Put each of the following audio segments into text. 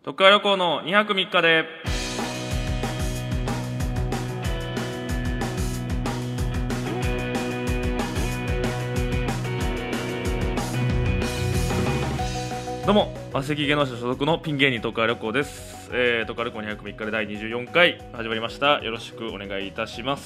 特化旅行の2泊3日で。どうも、マセキ芸能者所属のピン芸人特化旅行です。特化旅行2泊3日で第24回始まりました。よろしくお願いいたします。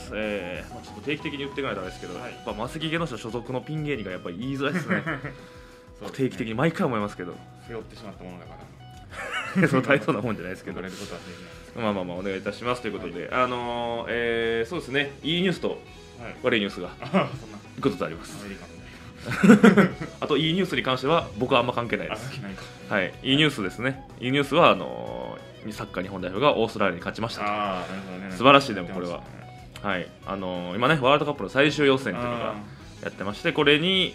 ちょっと定期的に言っていかないとあれですけど、やっぱマセキ芸能者所属のピン芸人がやっぱり言いづらいですね。そうですね、定期的に毎回思いますけど、 背負ってしまったものだからそう大層なもんじゃないですけど、 れることはできないです。 まあお願いいたしますということで、そうですね、いいニュースと悪いニュースがいくつつあります。あといいニュースに関しては僕はあんま関係ないです。はい、いいニュースですね。いいニュースはサッカー日本代表がオーストラリアに勝ちましたと。素晴らしい。でもこれは、はい、今ねワールドカップの最終予選というのがやってまして、これに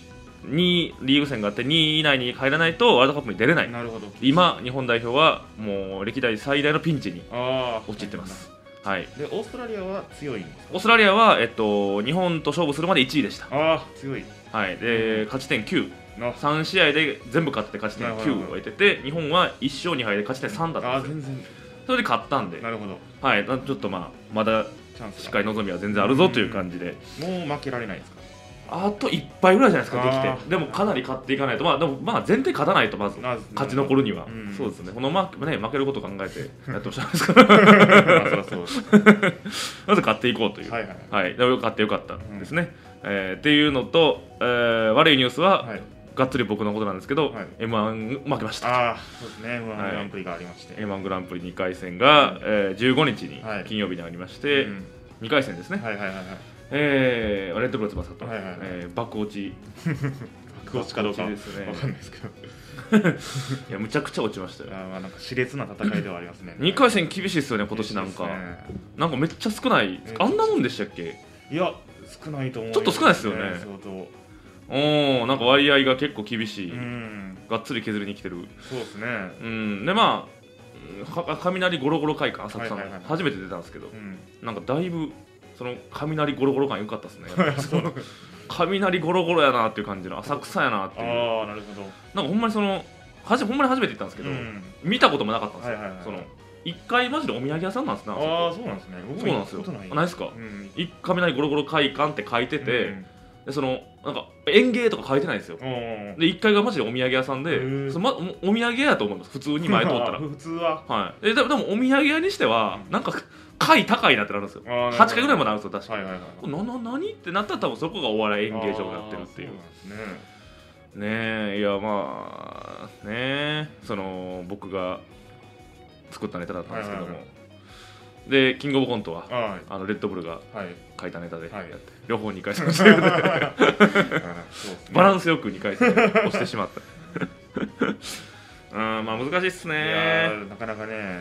2リーグ戦があって2位以内に入らないとワールドカップに出れない。 なるほど。 今日本代表はもう歴代最大のピンチに陥ってます。はい、 でオーストラリアは強いんですか？ オーストラリアは、日本と勝負するまで1位でした。 強い。 はい、で勝ち点9、3試合で全部勝って勝ち点9を得てて、日本は1勝2敗で勝ち点3だったんですよ。 全然それで勝ったんで、 なるほど。 はい、ちょっとまだしっかり望みは全然あるぞという感じで、 もう負けられないですか？ あと1敗ぐらいじゃないですか、できて。でもかなり勝っていかないと、でも前提勝たないとまず勝ち残るには、そうですね、この負けることを考えてやってほしいんですからまず勝っていこうという、はい、でも勝ってよかったですね。っていうのと、悪いニュースは、がっつり僕のことなんですけど、M1 負けました。 そうですね、M1 グランプリがありまして、 M1 グランプリ2回戦が、15日に金曜日にありまして、2回戦ですね。レッドブル翼と爆落ちかどうかですね。 わかんないですけどいやむちゃくちゃ落ちましたよ。 なんか熾烈な戦いではありますね。 2回戦厳しいですよね今年。なんかめっちゃ少ない。あんなもんでしたっけ？ いや少ないと思う。 ちょっと少ないですよね。なんか割合が結構厳しい。がっつり削りに来てる。 そうですね。 で雷ゴロゴロ会館浅草の初めて出たんですけど、なんかだいぶその雷ゴロゴロ感良かったですね。雷ゴロゴロやなっていう感じの浅草やなっていう。 なるほど。 なんかほんまにほんまに初めて行ったんですけど、見たこともなかったんですよ。一回マジでお土産屋さんなんですね。 そうなんですね。 そうなんですよ。ないですか？雷ゴロゴロ会館って書いてて、でなんか園芸とか書いてないんですよ。で1階がマジでお土産屋さんで、お土産屋やと思います。普通に前通ったら。 普通は。 はい。でもお土産屋にしてはなんか階高いなってなるんですよ。8階ぐらいまであるんですよ確かに。何ってなったら多分そこがお笑い演芸場になってるっていう。ねえ、いや僕が作ったネタだったんですけども、でキングオブコントはレッドブルが書いたネタでやって、両方2回戦してるバランスよく2回戦押してしまった。難しいっすね。 なかなかね。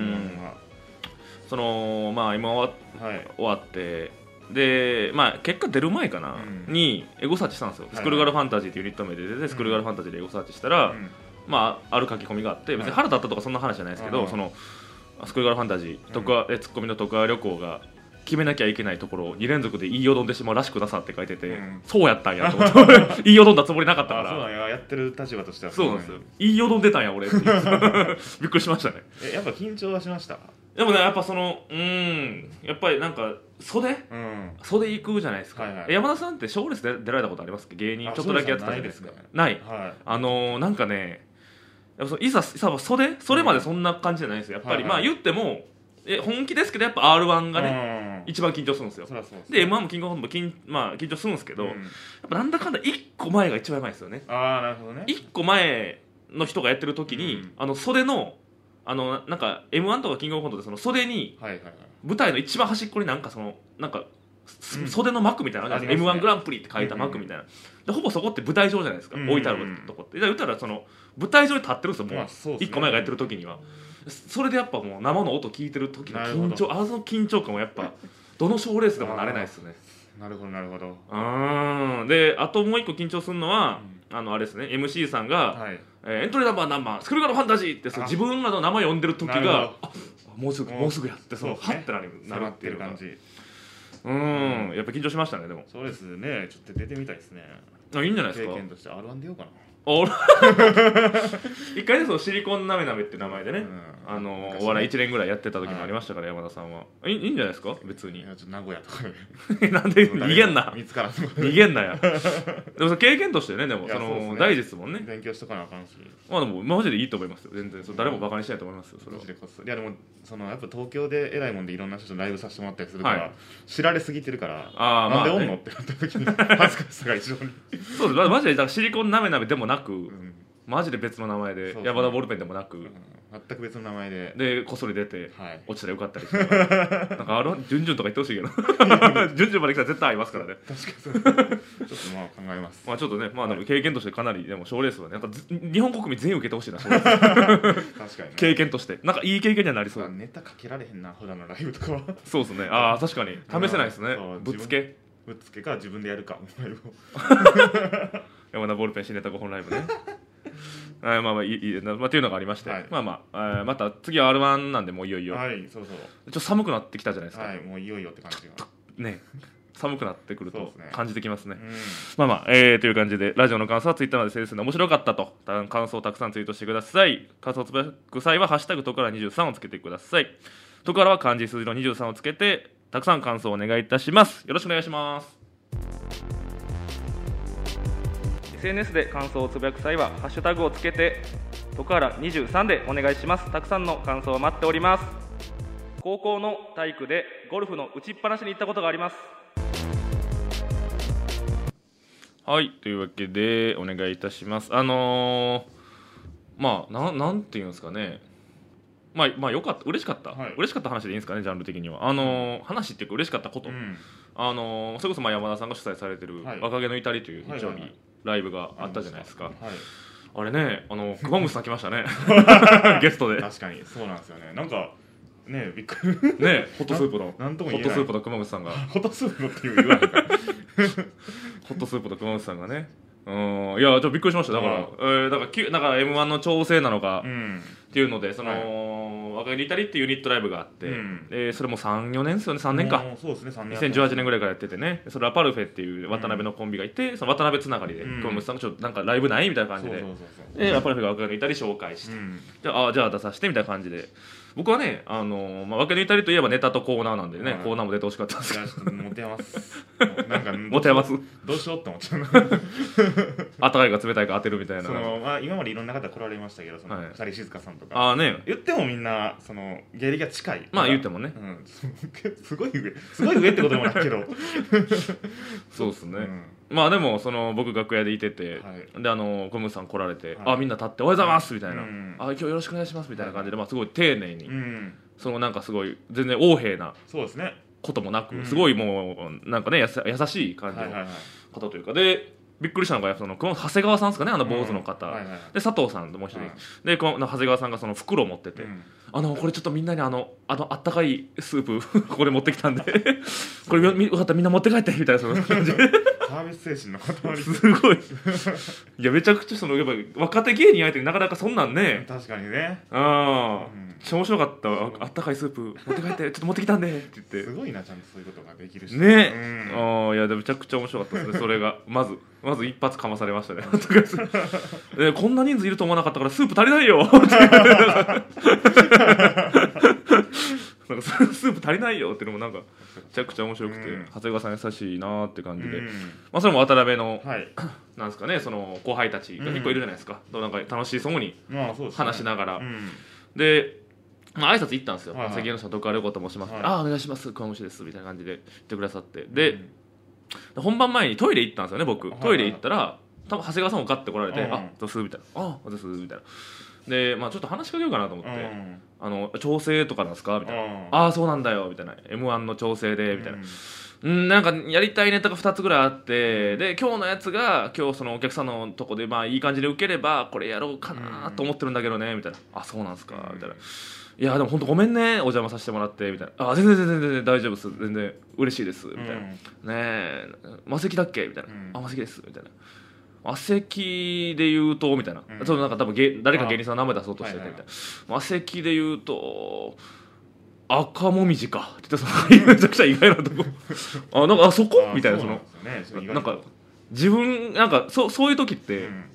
今終わってで結果出る前かなにエゴサーチしたんですよ。スクールガルファンタジーっていうユニット名で出て、スクールガルファンタジーでエゴサーチしたら、ある書き込みがあって、別に腹立ったとかそんな話じゃないですけど、スクールガルファンタジーツッコミの特派旅行が決めなきゃいけないところを2連続で言いよどんでしまうらしくなさって書いてて、そうやったんやと思って言いよどんだつもりなかったから。 そうなんや、やってる立場としては。 そうなんですよ。言いよどんでたんや俺ってびっくりしましたね。 やっぱ緊張はしました？ でもね、やっぱやっぱりなんか袖行くじゃないですか。山田さんって賞レースで出られたことありますか？芸人ちょっとだけやってたじゃないですか。ない。なんかね、いざ袖それまでそんな感じじゃないですよ。やっぱり言っても本気ですけど、やっぱ R1 がね一番緊張するんですよ。で M1 もキングオブコントも緊張するんですけど、やっぱなんだかんだ1個前が一番やばいですよね。 なるほどね。 1個前の人がやってる時に袖のなんか M1 とかキングオブコントで袖に舞台の一番端っこになんか袖の幕みたいなのがあるじゃないですか。 M1 グランプリって書いた幕みたいなで、ほぼそこって舞台上じゃないですか。置いてあるとこって言ったら舞台上に立ってるんですよ。もう1個前がやってる時にはそれでやっぱもう生の音聞いてる時の緊張、の緊張感はやっぱどの賞レースでも慣れないですね。 なるほどなるほど。 であともう一個緊張するのはあれですね、 MC さんがエントリーナンバー何番スクールガルファンタジーって自分らの名前呼んでる時がもうすぐやってハッてなるっていう感じ。やっぱ緊張しましたね。でもそうですね、ちょっと出てみたいですね。 いいんじゃないですか。 経験として R1 出ようかな。 俺一回ね、そのシリコンなめなめって名前でね、お笑い1年ぐらいやってた時もありましたから、山田さんはいいんじゃないですか別に。 いやちょっと名古屋とかでなんで逃げんな見つからん逃げんなやでもその経験としてね、でもその大事ですもんね。 勉強しとかなあかんし、 まあでもマジでいいと思いますよ。全然誰もバカにしないと思いますよ、それは。 いやでもやっぱ東京で偉いもんでいろんな人とライブさせてもらったりするから、知られすぎてるから、なんでおんのってなった時に恥ずかしさが一緒にそうです。マジでだからシリコンなめなめでもなく、マジで別の名前で、山田ボールペンでもなく、 全く別の名前でこっそり出て、落ちたらよかったりしてなんかジュンジュンとか言ってほしいけどジュンジュンまで来たら絶対合いますからね。 確かにちょっとまあ考えます。 まあちょっとね、まあでも経験としてかなりでも賞レースはね、なんか日本国民全員受けてほしいな賞レース確かに、経験としてなんかいい経験にはなりそう。 ネタかけられへんな普段のライブとかは。 そうですね。ああ確かに試せないですね。ぶっつけか自分でやるかライブを山田ボールペン新ネタ5本ライブねまあまあいいまあっていうのがありまして、まあまあまた次は R1 なんでもういよいよ、 はいそうそう、 ちょっと寒くなってきたじゃないですか。 はいもういよいよって感じがね寒くなってくると感じてきますね。まあまあという感じでラジオの感想はツイッターまで先生の面白かったと感想をたくさんツイートしてください。感想をつぶやく際はハッシュタグとから23をつけてください。とからは漢字数字の23をつけてたくさん感想をお願いいたします。よろしくお願いします。SNS で感想をつぶやく際はハッシュタグをつけてとから23でお願いします。たくさんの感想を待っております。高校の体育でゴルフの打ちっぱなしに行ったことがあります。はい、というわけでお願いいたします。まあなんていうんですかね、まあよかった、嬉しかった、嬉しかった話でいいんですかね、ジャンル的には。話っていうか嬉しかったこと、それこそまあ山田さんが主催されてる若気の至りという日曜日ライブがあったじゃないですか。あれね、熊虫さん来ましたねゲストで。 確かにそうなんですよね。なんかねびっくりね、ホットスープのなんともホットスープの熊虫さんがホットスープのっていう言わないからホットスープの熊虫さんがね、いやちょっとびっくりしました。だからなんか M1 の調整なのかっていうので、その若気の至りっていうユニットライブがあって、それも 3,4 年ですよね。3年か、 そうですね、3年 2018年ぐらいからやっててね、それはパルフェっていう渡辺のコンビがいて、その渡辺つながりで熊虫さんがちょっとなんかライブないみたいな感じで、パルフェが若気の至り紹介して、じゃあ出させてみたいな感じで、僕はね、若気の至りといえばネタとコーナーなんでね、コーナーも出てほしかったんですけど、 持てますなんか持てますどうしようって思っちゃうあったかいか冷たいか当てるみたいな。 今までいろんな方来られましたけど、二人静香さんとか言ってもみんな芸歴が近い、 まあ言ってもね、 すごい上ってことでもないけどそうですね。まあでも僕楽屋でいてて、で小ムさん来られて、みんな立っておはようございますみたいな、今日よろしくお願いしますみたいな感じで、すごい丁寧に、なんかすごい全然横柄なこともなく、すごいもうなんかね優しい感じの方というかで、びっくりしたのが長谷川さんですかね、坊主の方で、佐藤さんともう一人で、長谷川さんがその袋を持ってて、これちょっとみんなにあったかいスープここで持ってきたんでこれよかったらみんな持って帰ってみたいな、その感じでサービス精神の塊すごいいやめちゃくちゃやっぱ若手芸人相手になかなかそんなんね、 確かにね、 面白かった。あったかいスープ持って帰ってちょっと持ってきたんでって言って、 すごいな、ちゃんとそういうことができるしね。いやでもめちゃくちゃ面白かったですね。それがまず一発かまされましたねこんな人数いると思わなかったからスープ足りないよなんかスープ足りないよっていうのもなんかめちゃくちゃ面白くて、長谷川さん優しいなーって感じで、それも渡辺の、なんですかね、その後輩たちが結構いるじゃないですか、なんか楽しそうに話しながら、で挨拶行ったんですよ。関根さん徳川旅行と申します、お願いします、熊虫ですみたいな感じで言ってくださって、で本番前にトイレ行ったんですよね。僕トイレ行ったら多分長谷川さんもガッて来られて、どうすみたいな、どうすみたいなで、ちょっと話しかけようかなと思って、調整とかなんですかみたいな、そうなんだよみたいな、 M1 の調整でみたいな、なんかやりたいネタが2つぐらいあって、で今日のやつが今日そのお客さんのとこでいい感じで受ければこれやろうかなと思ってるんだけどねみたいな、そうなんですかみたいな、いやでも本当ごめんねお邪魔させてもらってみたいな、全然大丈夫です、全然嬉しいですみたいな、ねえ魔石だっけみたいな、魔石ですみたいな、魔石で言うとみたいな、なんか多分誰か芸人さんの名前出そうとしててみたいな、魔石で言うと赤もみじかって言ってめちゃくちゃ意外なとこなんかそこみたいな、なんか自分なんかそういう時って、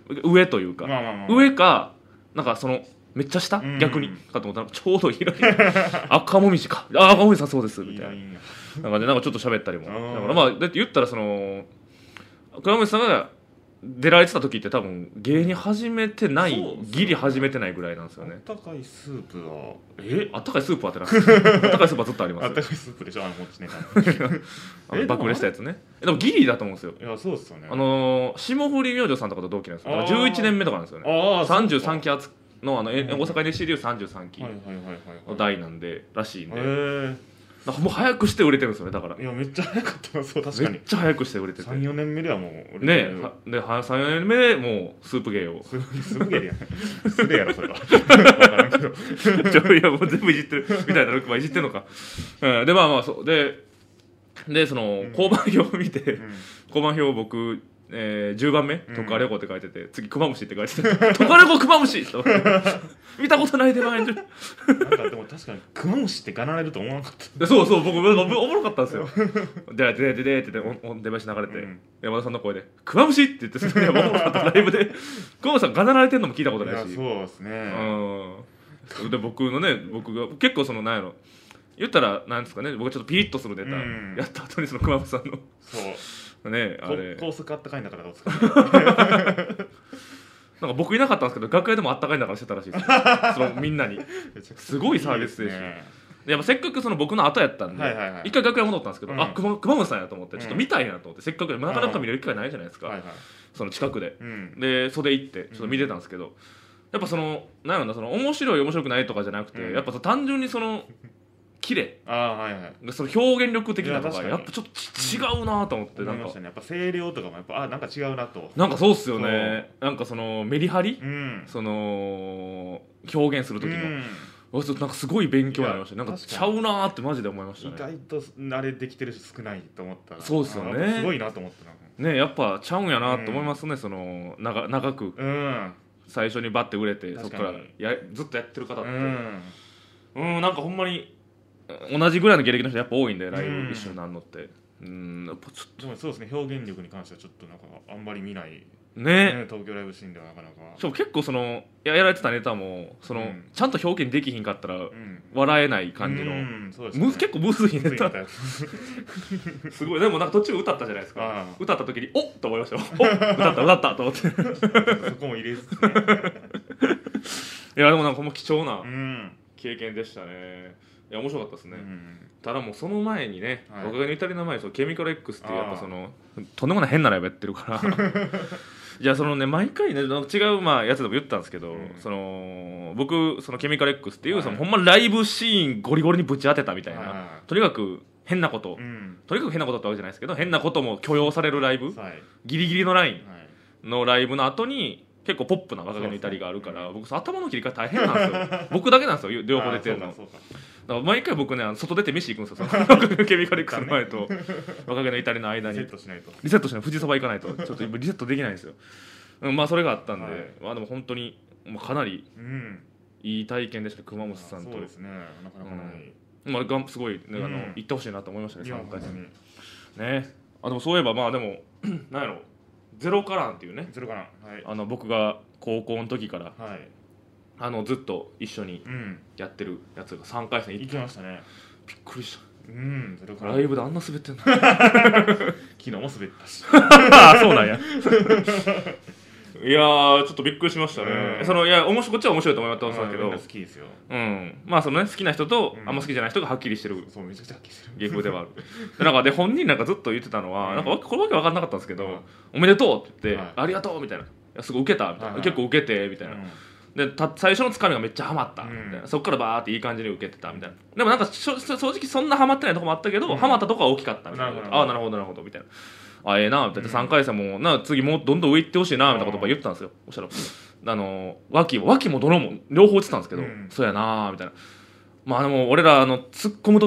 上というか、上かなんかそのめっちゃ下、逆にかと思ったらちょうど広い赤もみじか、赤もみじさんそうですみたいな、なんかちょっと喋ったりも、だからまあだって言ったらその赤もみじさんが出られてた時って多分芸人始めてない、ギリ始めてないぐらいなんですよね。 あったかいスープはあったかいスープはってなあったかいスープはずっとあります。 あったかいスープでしょ、もちね爆売れしたやつね。でもギリだと思うんですよ。 いやそうですよね。 霜降り明星さんとかと同期なんですよ。だから11年目とかなんですよね。33期の大阪 NSC でいう33期の代なんでらしいんで、もう早くして売れてるんですよね。だからいやめっちゃ早かったな。そう確かにめっちゃ早くして売れてて、 3、4年目ではもう売れてるね。で3、4年目でもうスープ芸をスープ芸でやるすでやろそれは分からんけどいやもう全部いじってるみたいなロックいじってるのか、でまあまあそうでその交番表を見て、交番表を僕10番目「トカレコ」って書いてて、次「クマムシ」って書いてて「トカレコクマムシ」と見たことない出番やんじゃん。 なんかでも確かにクマムシってがなれると思わなかった。 そう僕おもろかったんですよ。でって出囃子流れて、山田さんの声で「クマムシ」って言って、それおもろかったライブでクマムシさんがなられてるのも聞いたことないし。 そうですね。 で僕が結構そのなんやろ言ったらなんですかね、僕はちょっとピリッとするネタやった後にそのクマムシさんのそうね、あれ高速あったかいんだからどうですかなんか僕いなかったんですけど楽屋でもあったかいんだからしてたらしいですそのみんなにすごいサービス精神で、やっぱせっかくその僕の後やったんで、一回楽屋戻ったんですけど、クマムシさんやと思ってちょっと見たいなと思って、せっかくなかなか見れる機会ないじゃないですか、その近くで、で袖行ってちょっと見てたんですけど、やっぱそのなんやろな、その面白い面白くないとかじゃなくて、やっぱ単純にその綺麗、その表現力的なのがやっぱちょっと違うなと思って、なんかやっぱ声量とかもやっぱなんか違うなと、 なんかそうっすよね。なんかそのメリハリ、その表現する時のなんかすごい勉強になりました。なんかちゃうなってマジで思いましたね。 意外と慣れできてる人少ないと思ったら、 そうですよね。 すごいなと思ってね、やっぱちゃうんやなと思いますね。その長く最初にバッて売れて、そこからずっとやってる方って、なんかほんまに同じぐらいの芸歴の人やっぱ多いんで、ライブ一緒になるのって、やっぱちょっとでもそうですね、表現力に関してはちょっとなんかあんまり見ないね、 東京ライブシーンではなかなか。 しかも結構そのやられてたネタもその、ちゃんと表現できひんかったら笑えない感じの、結構むずいネタすごい。でもなんか途中歌ったじゃないですか。歌った時におっと思いましたよ。歌ったと思ってそこも入れずねいやでもなんかほんま貴重な経験でしたね。いや面白かったですね。ただもうその前にね、僕がイタリアの前にケミカル X っていうやっぱそのとんでもない変なライブやってるからじゃあそのね毎回ね違うやつでも言ったんですけど、その僕そのケミカル X っていうそのほんまライブシーンゴリゴリにぶち当てたみたいな、とにかく変なこと、とにかく変なことってわけじゃないですけど、変なことも許容されるライブ、ギリギリのラインのライブの後に結構ポップな若気の至りがあるから、僕頭の切り替え大変なんですよ僕だけなんですよ両方出てるの。だから毎回僕ね外出て飯行くんですよ、そのケミカル X の前と若気の至りの間にリセットしないと富士そば行かないとちょっとリセットできないんですよ。まあそれがあったんで、でも本当にかなりいい体験でした。熊本さんと。 そうですね、なかなかない。 すごい行ってほしいなと思いましたね、3回戦ね。でもそういえばでもなんやろ、ゼロカランっていうね、僕が高校の時からずっと一緒にやってるやつが3回戦行きましたね。 びっくりした。 ゼロカランライブであんな滑ってんの昨日も滑ったしそうなんやいやーちょっとびっくりしましたね。いやこっちは面白いと思いますけど、 好きですよ。 そのね好きな人とあんま好きじゃない人がはっきりしてるそうめちゃくちゃはっきりしてる芸風ではあるなんかで本人なんかずっと言ってたのは、なんかこれわけ分かんなかったんですけど、おめでとうって言って、ありがとうみたいな、すごい受けたみたいな、結構受けてみたいな、で最初のつかみがめっちゃハマったみたいな、そっからバーっていい感じに受けてたみたいな。でもなんか正直そんなハマってないとこもあったけど、ハマったとこは大きかったみたいな。なるほどみたいな。ええなみたいな。3回戦も次もうどんどん上行ってほしいなみたいなことば言ってたんですよ。そしたら脇も泥も両方落ちてたんですけど、そうやなみたいな。でも俺ら突っ込む時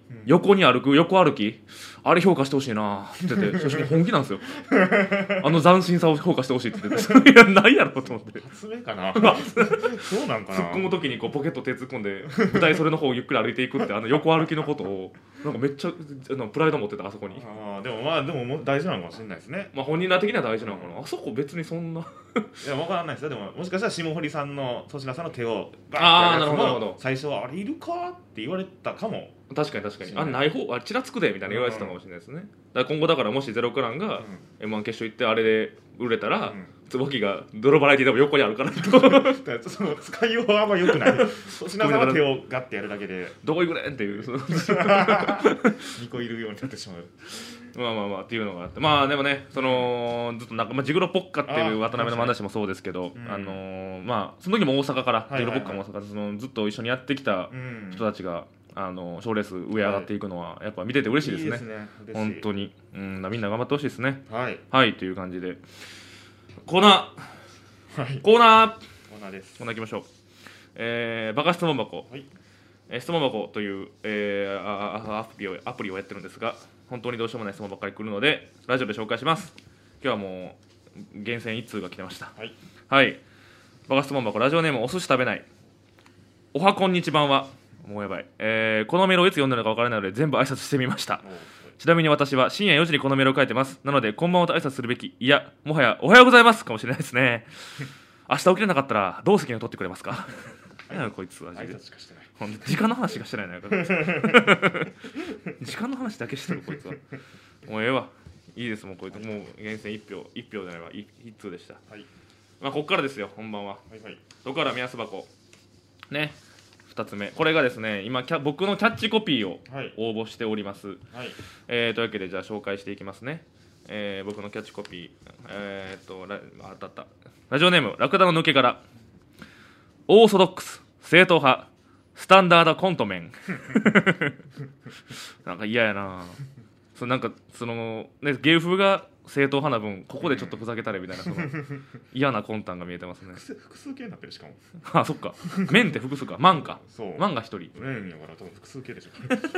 横に歩く横歩きあれ評価してほしいなって言ってて本気なんですよあの斬新さを評価してほしいって言ってていやないやろと思って発明かなそうなんかな。 突っ込む時にこうポケット手突っ込んで舞台それの方をゆっくり歩いていくって横歩きのことをなんかめっちゃプライド持ってたあそこに。 でも大事なのかもしれないですね。 本人ら的には大事なのかな、あそこ別にそんないや分からないですよ。でももしかしたら霜降りさんの粗品さんの手をバーッてやるやつも最初はあれいるかって言われたかも。 確かにない方ちらつくでみたいな言われてたかもしれないですね。だから今後だからもしゼロクランが M1 決勝行ってあれで売れたら、椿が泥バラエティでも横にあるからとその使いようはあんま良くない粗品さんは手をガッてやるだけでどこ行くねんっていう 2個いるようになってしまう。 まあっていうのがあって、でもねずっとジグロポッカっていう渡辺の話もそうですけど、その時も大阪からジグロポッカも大阪でずっと一緒にやってきた人たちが賞レース上上がっていくのはやっぱ見てて嬉しいですね。 いいですね。 本当にみんな頑張ってほしいですね。 はいという感じでコーナーです。 コーナー行きましょう。バカ質問箱、質問箱という、アプリをやってるんですが、本当にどうしようもない質問ばっかり来るのでラジオで紹介します。今日はもう厳選1通が来てました。バカ質問箱ラジオネームお寿司食べない。おはこんにちばんは。もうやばい、このメールをいつ読んだのか分からないので全部挨拶してみました。ちなみに私は深夜4時にこのメールを書いてます。なのでこんばんはと挨拶するべき、いやもはやおはようございますかもしれないですね明日起きれなかったらどう責任を取ってくれますか何やろこいつは。 挨拶しかしてない。 時間の話しかしてないのよ時間の話だけしてるこいつは。もうええわ、いいです。もうこいつもう厳選1票じゃないわ1通でした。ここからですよ本番は。そこから目安箱ね。2つ目これがですね今僕のキャッチコピーを応募しております。というわけでじゃあ紹介していきますね。僕のキャッチコピー当たったラジオネームラクダの抜け殻。オーソドックス正統派スタンダードコントメンなんか嫌やな。なんか芸風が正統派な分ここでちょっとふざけたれみたいな嫌な魂胆が見えてますね。 複数形になってる。しかもそっか面って複数か万が1人面やから多分複数形でしょ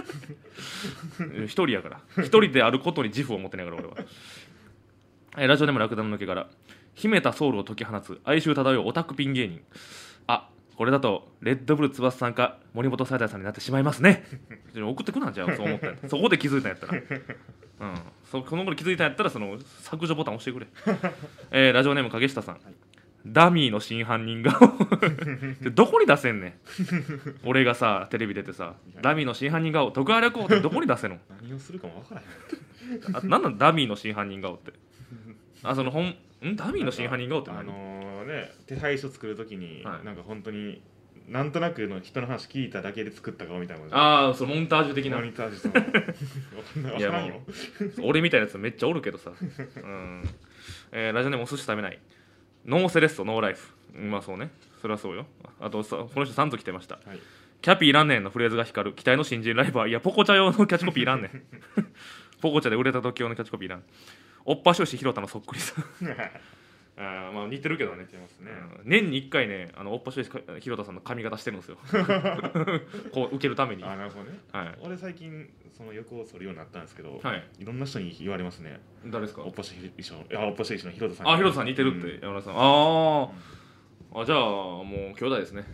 1人やから1人であることに自負を持ってないから俺は。ラジオネームラクダの抜け殻。秘めたソウルを解き放つ哀愁漂うオタクピン芸人。これだとレッドブル翼さんか森本サイダーさんになってしまいますね送ってくなんじゃんそう思ったそこで気づいたんやったらこの頃気づいたんやったら削除ボタン押してくれラジオネーム影下さん、ダミーの真犯人顔どこに出せんねん俺がさテレビ出てさダミーの真犯人顔徳原旅行ってどこに出せんの何をするかも分からへんなんなんダミーの真犯人顔ってダミーの真犯人顔って何？ 手配書作るときに、なんか本当になんとなくの人の話聞いただけで作った顔みたいな。 そのモンタージュ的な。 モニタージュいやもう俺みたいなやつめっちゃおるけどさ。ラジオネームお寿司食べない。ノーセレッソノーライフ。そうね。それはそうよ。あとこの人3つ来てました。キャピーいらんねんのフレーズが光る期待の新人ライバー。いやポコチャ用のキャッチコピーいらんねん。ポコチャで売れた時用のキャッチコピーいらん。おっぱしょしひろたのそっくりさ。似てるけどね。年に1回ねおっぱしょしひろたさんの髪型してるんですよこう受けるために。 なるほどね。俺最近その横を剃るようになったんですけど、いろんな人に言われますね。 誰ですか？ おっぱしょしのひろたさん。 ひろたさん似てるって山田さん。じゃあもう兄弟ですね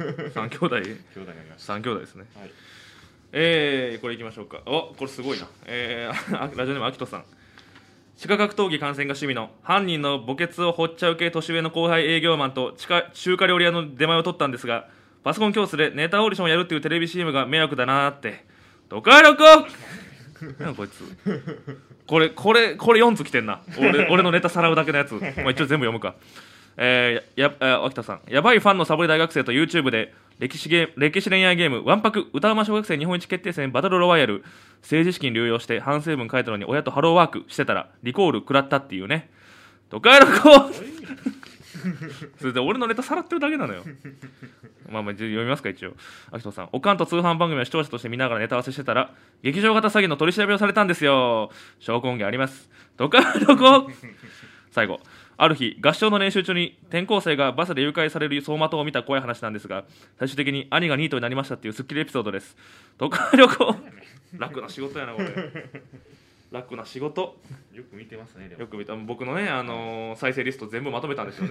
3兄弟になりました。3兄弟ですね。これいきましょうか。これすごいな。ラジオネームあきとさん。地下格闘技観戦が趣味の犯人の墓穴を掘っちゃう系年上の後輩営業マンと中華料理屋の出前を取ったんですが、パソコン教室でネタオーディションをやるっていうテレビ CM が迷惑だなーって。どかよこ何こいつこれ4つ来てんな。俺のネタさらうだけのやつ。一応全部読むか。秋田さん。やばいファンのサボり大学生と YouTube で歴史恋愛ゲームわんぱく歌うま小学生日本一決定戦バトルロワイヤル政治資金流用して反省文書いたのに親とハローワークしてたらリコール食らったっていうね。どかやろこそれで俺のネタさらってるだけなのよ読みますか一応。秋人さん。おかんと通販番組を視聴者として見ながらネタ合わせしてたら劇場型詐欺の取り調べをされたんですよ。証拠音源あります。どかやろこ最後。ある日合唱の練習中に転校生がバスで誘拐される走馬灯を見た怖い話なんですが、最終的に兄がニートになりましたっていうスッキリエピソードです。どか旅行楽な仕事やなこれ楽な仕事よく見てますね。でもよく見た僕のね、再生リスト全部まとめたんですよね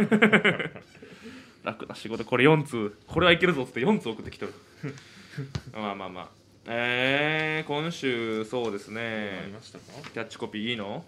楽な仕事これ4通これはいけるぞっつって4通送ってきとるまあまあまあ今週そうですねありましたか？ キャッチコピーいいの？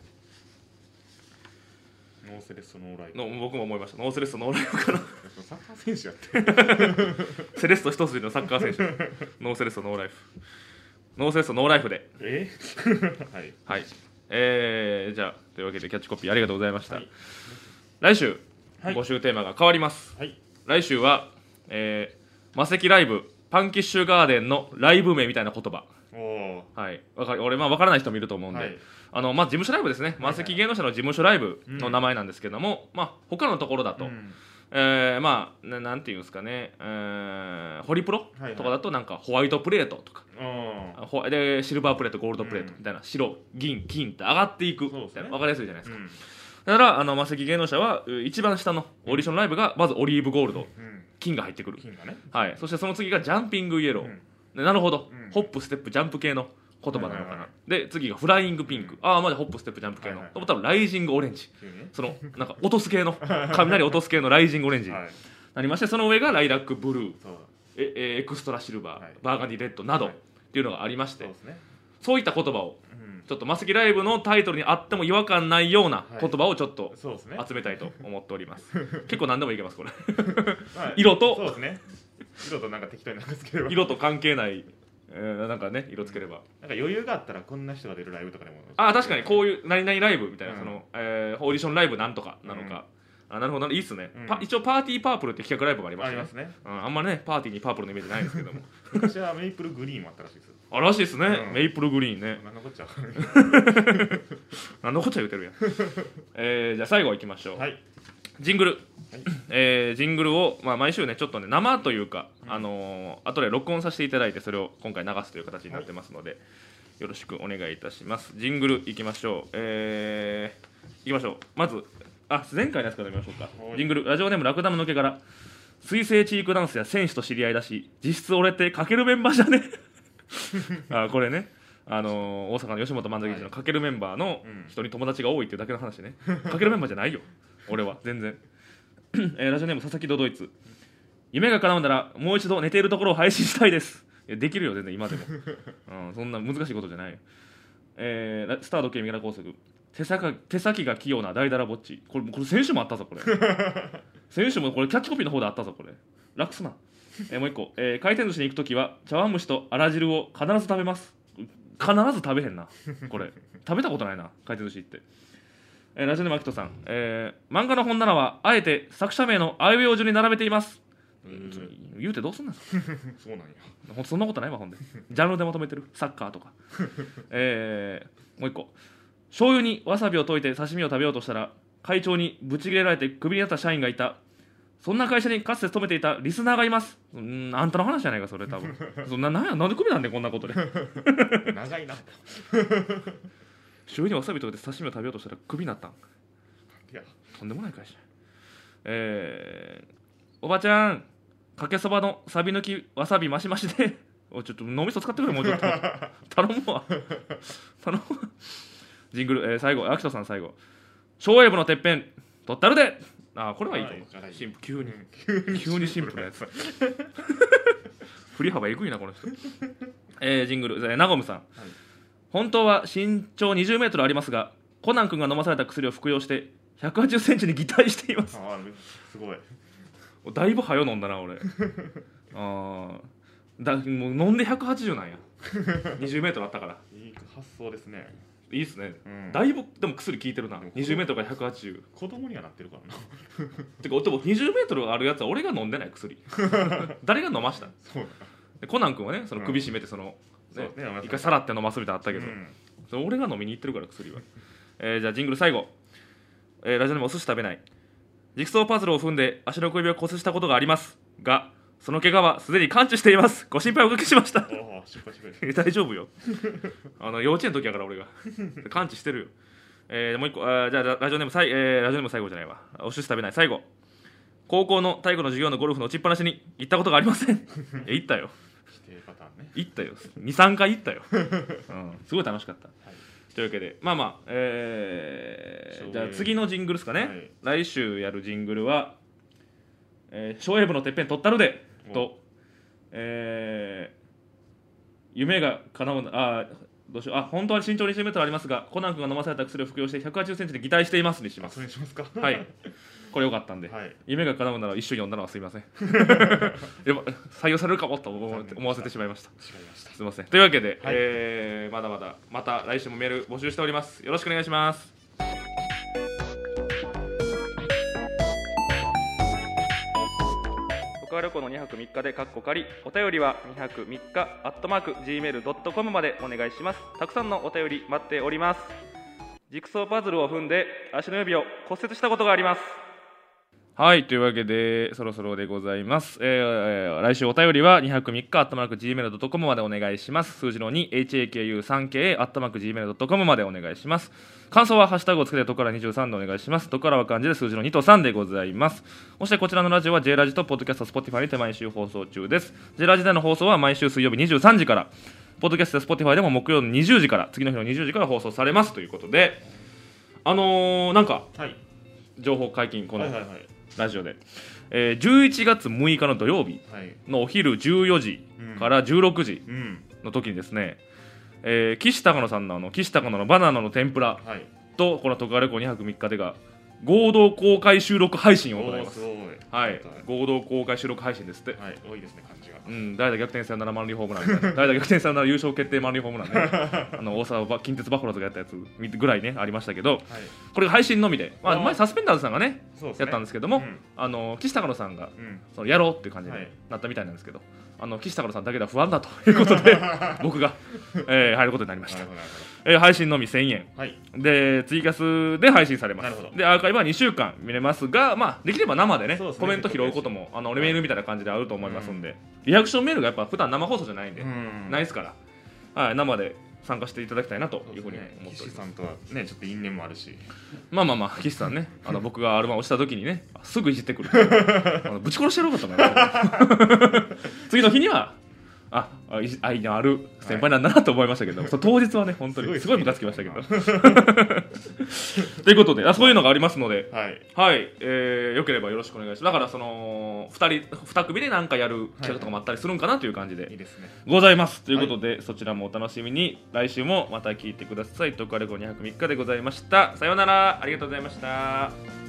ノーセレッソノーライフの僕も思いました。ノーセレッソノーライフかなサッカー選手やってセレッソ一筋のサッカー選手ノーセレッソノーライフノーセレッソノーライフではいはい、じゃあというわけでキャッチコピーありがとうございました、はい、来週、はい、募集テーマが変わります、はい、来週は、マセキライブパンキッシュガーデンのライブ名みたいな言葉はい、俺分からない人もいると思うんで、はい、事務所ライブですね、マセキ芸能者の事務所ライブの名前なんですけども、他のところだと、なんていうんですかね、ホリプロとかだとなんかホワイトプレートとか、でシルバープレートゴールドプレートみたいな、白銀金って上がっていくみたいな、分かりやすいじゃないですか、だからマセキ芸能者は一番下のオーディションライブがまずオリーブゴールド、金が入ってくる、はい、そしてその次がジャンピングイエロー、なるほど、ホップステップジャンプ系の言葉なのかな、で次がフライングピンク、まだホップステップジャンプ系の、多分ライジングオレンジ、そのなんか落とす系の雷落とす系のライジングオレンジになりまして、その上がライラックブルー、エクストラシルバー、バーガディレッドなどっていうのがありまして、そういった言葉をちょっとマセキライブのタイトルにあっても違和感ないような言葉をちょっと集めたいと思っております。結構何でもいけますこれ色とそうですね、色となんか適当になんですけど、 色と関係ないなんかね色つければ、 なんか余裕があったらこんな人が出るライブとかでも確かにこういう何々ライブみたいな、そのオーディションライブなんとかなのか、なるほどいいっすね、一応パーティーパープルって企画ライブがありましたね。あんまりねパーティーにパープルのイメージないですけども昔はメイプルグリーンもあったらしいです。 らしいですね、メイプルグリーンね、 何のこっちゃ何のこっちゃ言うてるやんじゃあ最後いきましょう、ジングル、ジングルを、毎週ねちょっとね生というか、後で録音させていただいてそれを今回流すという形になってますので、よろしくお願いいたします。ジングルいきましょう、いきましょう。まず前回のやつから見ましょうか。ジングル、ラジオネームラクダムの毛から水星チークダンスや選手と知り合いだし、実質俺ってかけるメンバーじゃねこれね、大阪の吉本漫才劇場のかけるメンバーの人に友達が多いっていうだけの話ね。かけるメンバーじゃないよ俺は全然ラジオネーム佐々木ドドイツ、夢が叶うならもう一度寝ているところを配信したいです。いやできるよ全然今でも、そんな難しいことじゃないよ。スター時計右から高速、手先が器用な大だらぼっち、これ先週もあったぞこれ先週もこれキャッチコピーの方であったぞこれ、楽すな。もう一個、回転寿司に行くときは茶碗蒸しとあら汁を必ず食べます。必ず食べへんなこれ食べたことないな回転寿司行って。ラジオネームアキトさん、漫画の本棚はあえて作者名のあいうえお順に並べています。言うてどうすんのそうなんや、 そんなことないわほんでジャンルでまとめてるサッカーとかもう一個、醤油にわさびを溶いて刺身を食べようとしたら会長にブチ切れられてクビになった社員がいた。そんな会社にかつて勤めていたリスナーがいます。あんたの話じゃないかそれ多分なんでクビなんでこんなことで長いな醤油にわさび溶いて刺身を食べようとしたらクビになったん。いやとんでもない会社。おばちゃんかけそばのサビ抜きわさびマシマシでちょっと脳みそ使ってくれもうちょっと頼むわジングル、最後アキトさん最後、小英部のてっぺん取ったるで。これはいいと思う。シンプル急にシンプルなやつ振り幅えぐいなこの人ジングル、ナゴムさん、本当は身長20メートルありますがコナン君が飲まされた薬を服用して180センチに擬態しています。 すごいだいぶ早飲んだな俺もう飲んで180なんや20メートルあったからいい発想ですね。 いいっすね、だいぶでも薬効いてるな。20メートルから180、 子供にはなってるからなてかでも20メートルあるやつは俺が飲んでない薬誰が飲ました。そうだ、コナン君はねその首絞めてその、一回さらって飲ますみたいなのあったけど、それ俺が飲みに行ってるから薬はじゃあジングル最後、ラジオネームお寿司食べない、ジグソーパズルを踏んで足の小指を骨折したことがありますがその怪我はすでに完治しています。ご心配おかけしました大丈夫よ幼稚園の時やから俺が完治してるよ。もう一個、じゃあラジオネーム最後じゃないわ、お寿司食べない最後、高校の体育の授業のゴルフの打ちっぱなしに行ったことがありません行ったよパターンね、 行ったよ、23回行ったよ、すごい楽しかった、というわけでじゃあ次のジングルですかね、来週やるジングルはショーエブのてっぺん取ったるでと、夢が叶うどうしよう、本当は身長20メートルありますがコナン君が飲まされた薬を服用して180センチで擬態していますにします。 それにしますか。 はい、これよかったんで、夢が叶うなら一緒に読んだのはすいません採用されるかもと思わせてしまいました。すいません。というわけで、また来週もメール募集しております。よろしくお願いします。トカ旅行の2泊3日でカッコ仮、お便りは2泊3日@gmail.com までお願いします。たくさんのお便り待っております。ジグソーパズルを踏んで足の指を骨折したことがあります。はい、というわけでそろそろでございます。来週お便りは2泊3日@gmail.com までお願いします。数字の 2haku3ka@gmail.com までお願いします。感想はハッシュタグをつけてトカラ23でお願いします。トカラは漢字で数字の2と3でございます。そしてこちらのラジオは J ラジとポッドキャスト Spotify にて毎週放送中です。 J ラジでの放送は毎週水曜日23時から、ポッドキャスト Spotify でも木曜の20時から、次の日の20時から放送されますということで、なんか、情報解禁このラジオで、11月6日の土曜日のお昼14時から16時の時にですね、岸高野さんの岸高野のバナナの天ぷらとこのトカレコ2泊3日でが合同公開収録配信を行います。はい、合同公開収録配信ですって。 多いですね、感じが。 代打逆転サヨナラ満塁ホームランみたいな、代打逆転サヨナラ優勝決定満塁ホームランね大沢近鉄バファローズがやったやつぐらいねありましたけど、これが配信のみで、前サスペンダーズさんがねやったんですけども、岸高野さんがやろうっていう感じになったみたいなんですけど、岸高野さんだけでは不安だということで僕が入ることになりました。配信のみ1000円、でツイキャスで配信されます。でアーカイブは2週間見れますが、できれば生でねコメント拾うこともメールみたいな感じであると思いますんで、リアクションメールがやっぱ普段生放送じゃないんでないですから、生で参加していただきたいなというふうに思っております。 岸さんとはねちょっと因縁もあるし、 岸さんね、僕がアルバムをした時にねすぐいじってくるぶち殺してやろうかと思いました次の日には愛のある先輩なんだなと思いましたけど、当日はね本当にすごいムカつきましたけどということでそういうのがありますので、よければよろしくお願いします。だからその2組で何かやる企画とかもあったりするんかなという感じでございます。ということで、そちらもお楽しみに。来週もまた聞いてください。トカレコ2泊3日でございました。さようなら、ありがとうございました。